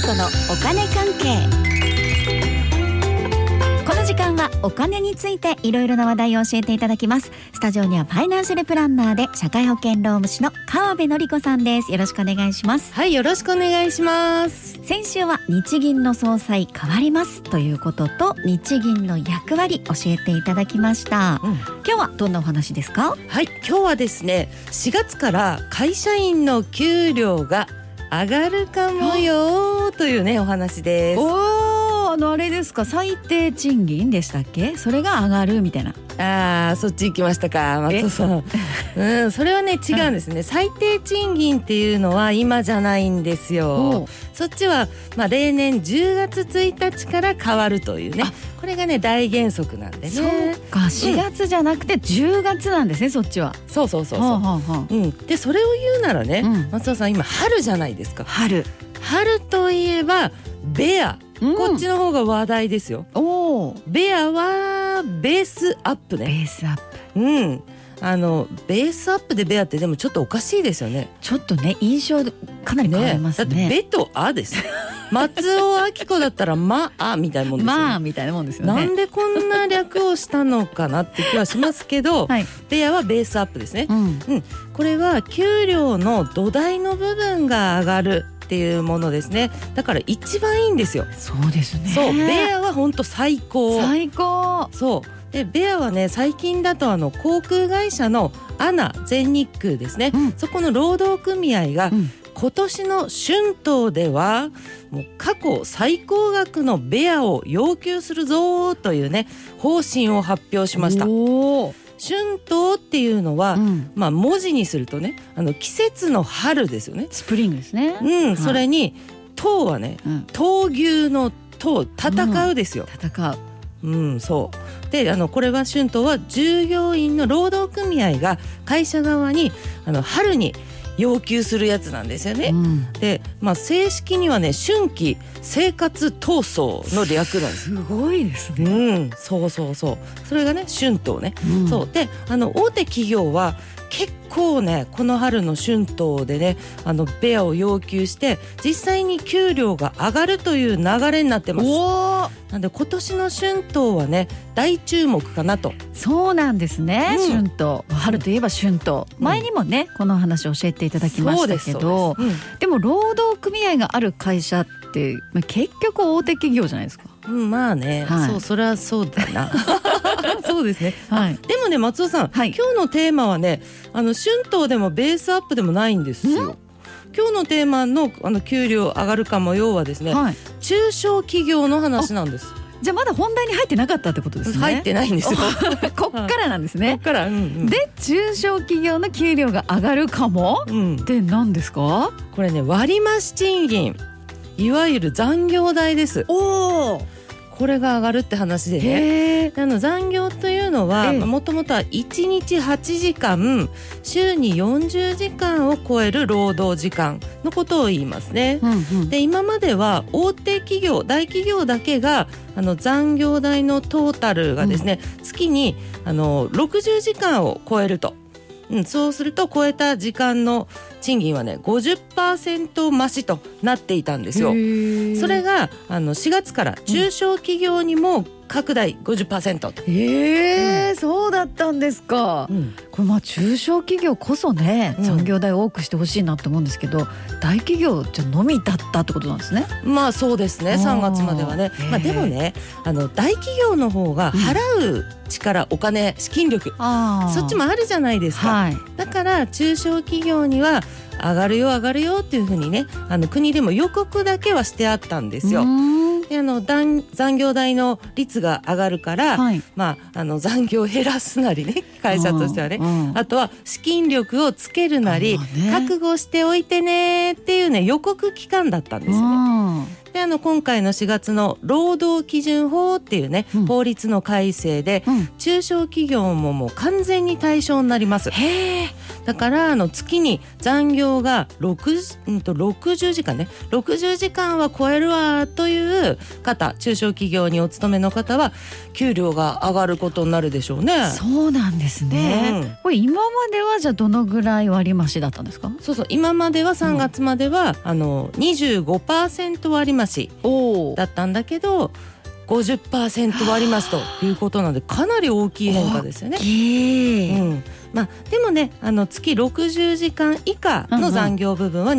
子のお金関係。この時間はお金についていろいろな話題を教えていただきます。スタジオにはファイナンシャルプランナーで社会保険労務士の川辺典子さんです。よろしくお願いします。 はい、よろしくお願いします。 先週は日銀の総裁変わりますということと、日銀の役割教えていただきました、今日はどんなお話ですか？ はい、今日はですね、4月から会社員の給料が上がるかもよというね、お話です。 あれですか、最低賃金でしたっけ？それが上がるみたいな。 そっち行きましたか、松尾さん。それはね、違うんですね、最低賃金っていうのは今じゃないんですよ。そっちは、例年10月1日から変わるというね、これがね大原則なんでね。 そうか、4月じゃなくて10月なんですね、そっちは。 そう、でそれを言うならね、松尾さん、今春じゃないですか。春といえばベア、こっちの方が話題ですよ。ベアはベースアップね。 ベースアップ。 ベースアップでベアってでもちょっとおかしいですよね。 ちょっとね、印象かなり変わりますね。 だってベとアです松尾明子だったらあみたいなもんですよね。 みたいなもんですよね。 なんでこんな略をしたのかなって気はしますけど、ベアはベースアップですね。これは給料の土台の部分が上がるっていうものですね。だから一番いいんですよ。 そうですね。 そう、ベアは本当最高。そうで、ベアはね、最近だと航空会社のANA全日空ですね、そこの労働組合が、今年の春闘ではもう過去最高額のベアを要求するぞというね、方針を発表しました。春闘っていうのは、文字にするとね、季節の春ですよね。 スプリングですね。 それに闘はね、闘牛の闘、戦うですよ。そうで、これは春闘は従業員の労働組合が会社側に春に要求するやつなんですよね。で、正式にはね、春季生活闘争の略なんです。 すごいですね。 そうそれがね、春闘ね。そうで、大手企業は結構ね、この春の春闘でね、ベアを要求して実際に給料が上がるという流れになってます。なんで今年の春闘はね、大注目かなと。 そうなんですね、春闘。春といえば春闘、前にもね、この話を教えていただきましたけど、でも労働組合がある会社って結局大手企業じゃないですか。それはそうだなそうですね、でもね、松尾さん、今日のテーマはね、春闘でもベースアップでもないんですよ。今日のテーマの給料上がるかもよはですね、中小企業の話なんです。じゃあまだ本題に入ってなかったってことですね。 入ってないんですよこっからなんですね。 こっから、 で、中小企業の給料が上がるかも、って何ですか？ これね、割増賃金、いわゆる残業代です。これが上がるって話でね、残業というのはもともとは1日8時間週に40時間を超える労働時間のことを言いますね。で、今までは大手企業、大企業だけが残業代のトータルがですね、月に60時間を超えると、そうすると超えた時間の賃金はね 50% 増しとなっていたんですよ。それが4月から中小企業にも拡大 50% と。 そうだったんですか。これ中小企業こそね、残業代を多くしてほしいなと思うんですけど、大企業じゃのみだったってことなんですね。 そうですね、3月まではね。でもね、大企業の方が払う力、お金、資金力、そっちもあるじゃないですか。だから中小企業には上がるよ上がるよっていうふうにね、国でも予告だけはしてあったんですよ。で、残業代の率が上がるから、残業を減らすなりね、会社としてはね、あとは資金力をつけるなり、覚悟しておいてねっていうね、予告期間だったんですよね。で、今回の4月の労働基準法っていうね、法律の改正で、中小企業ももう完全に対象になります。 だから月に残業が60時間ね、60時間は超えるわという方、中小企業にお勤めの方は給料が上がることになるでしょうね。 そうなんですね、これ今まではじゃあどのぐらい割増だったんですか？ そう今までは3月までは、25% 割増だったんだけど50% 割増ということなので、かなり大きい変化ですよね。でもね、月60時間以下の残業部分は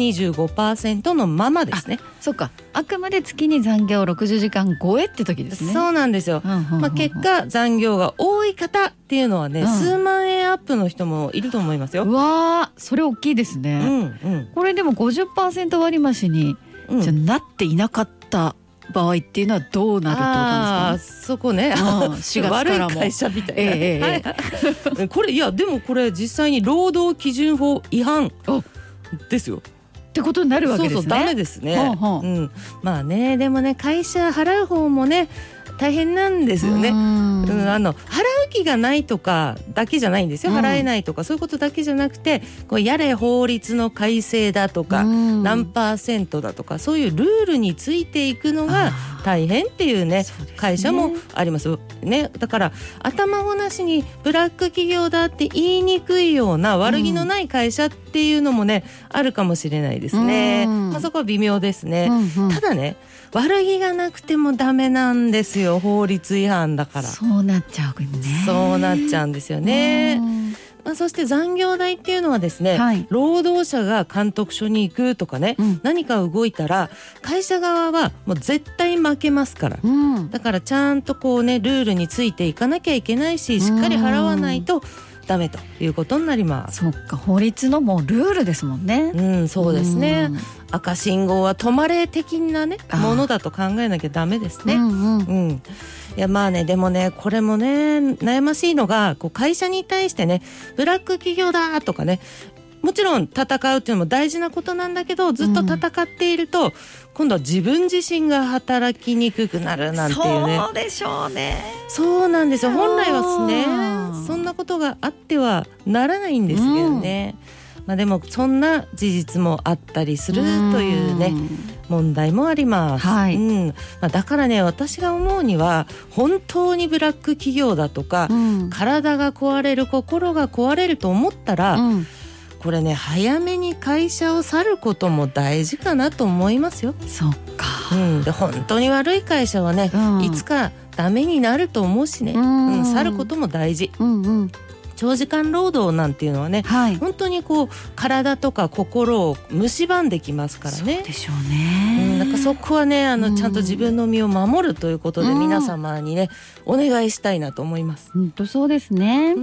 25% のままですね。 そうか、あくまで月に残業60時間超えって時ですね。 そうなんですよ、結果残業が多い方っていうのはね、数万円アップの人もいると思いますよ。 うわー、それ大きいですね。これでも 50% 割増に、じゃなっていなかった場合っていうのはどうなるってことなんですか？ そこね、 4月からも悪い会社みたいな、これでもこれ実際に労働基準法違反ですよってことになるわけですね。 ダメですね。まあね、でもね、会社払う方もね大変なんですよね。払う気がないとかだけじゃないんですよ。払えないとかそういうことだけじゃなくて、やれ法律の改正だとか、何%だとか、そういうルールについていくのが大変っていうね、会社もありますね。だから頭ごなしにブラック企業だって言いにくいような悪気のない会社っていうのもね、あるかもしれないですね。そこは微妙ですね。ただね、悪気がなくてもダメなんですよ、法律違反だから。 そうなっちゃうね。 そうなっちゃうんですよね。そして残業代っていうのはですね、労働者が監督署に行くとかね、何か動いたら会社側はもう絶対負けますから、だからちゃんとルールについていかなきゃいけないし、しっかり払わないとダメということになります。 そっか、法律のもうルールですもんね。 そうですね。赤信号は止まれ的なねものだと考えなきゃダメですね。いやまあね、でもね、これもね悩ましいのが、会社に対してね、ブラック企業だとかね、もちろん戦うっていうのも大事なことなんだけど、ずっと戦っていると、今度は自分自身が働きにくくなるなんていうね。 そうでしょうね。 そうなんですよ。本来はね、そんなことがあってはならないんですけどね。でもそんな事実もあったりするというね、問題もあります。だからね、私が思うには、本当にブラック企業だとか、体が壊れる、心が壊れると思ったら、これね、早めに会社を去ることも大事かなと思いますよ。 そっか。 で本当に悪い会社はね、いつかダメになると思うしね、去ることも大事。長時間労働なんていうのはね、本当に体とか心を蝕んできますからね。 そうでしょうね。 なんかそこはね、ちゃんと自分の身を守るということで、皆様にねお願いしたいなと思います。 本当そうですね。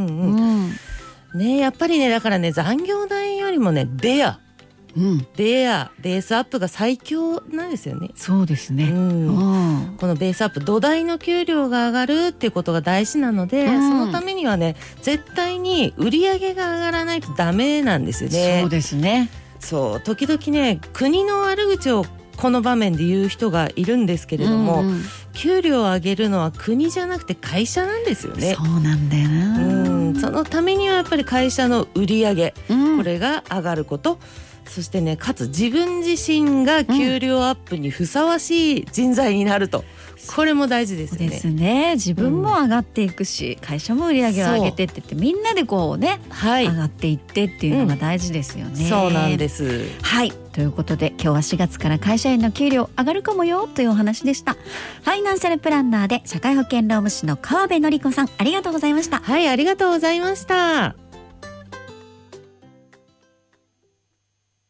やっぱりね、だからね、残業代よりもね、ベースアップが最強なんですよね。 そうですね。 このベースアップ、土台の給料が上がるっていうことが大事なので、そのためにはね、絶対に売り上げが上がらないとダメなんですよね。 そうですね。 そう、時々ね、国の悪口をこの場面で言う人がいるんですけれども、給料を上げるのは国じゃなくて会社なんですよね。 そうなんだよな。 そのためにはやっぱり会社の売り上げ、これが上がること、そしてね、かつ自分自身が給料アップにふさわしい人材になると、これも大事ですよね。 ですね。自分も上がっていくし、会社も売り上げを上げてってって、みんなで上がっていってっていうのが大事ですよね。 そうなんです。 はい、ということで今日は4月から会社員の給料上がるかもよというお話でした。ファイナンシャルプランナーで社会保険労務士の川辺典子さん、ありがとうございました。 はい、ありがとうございました。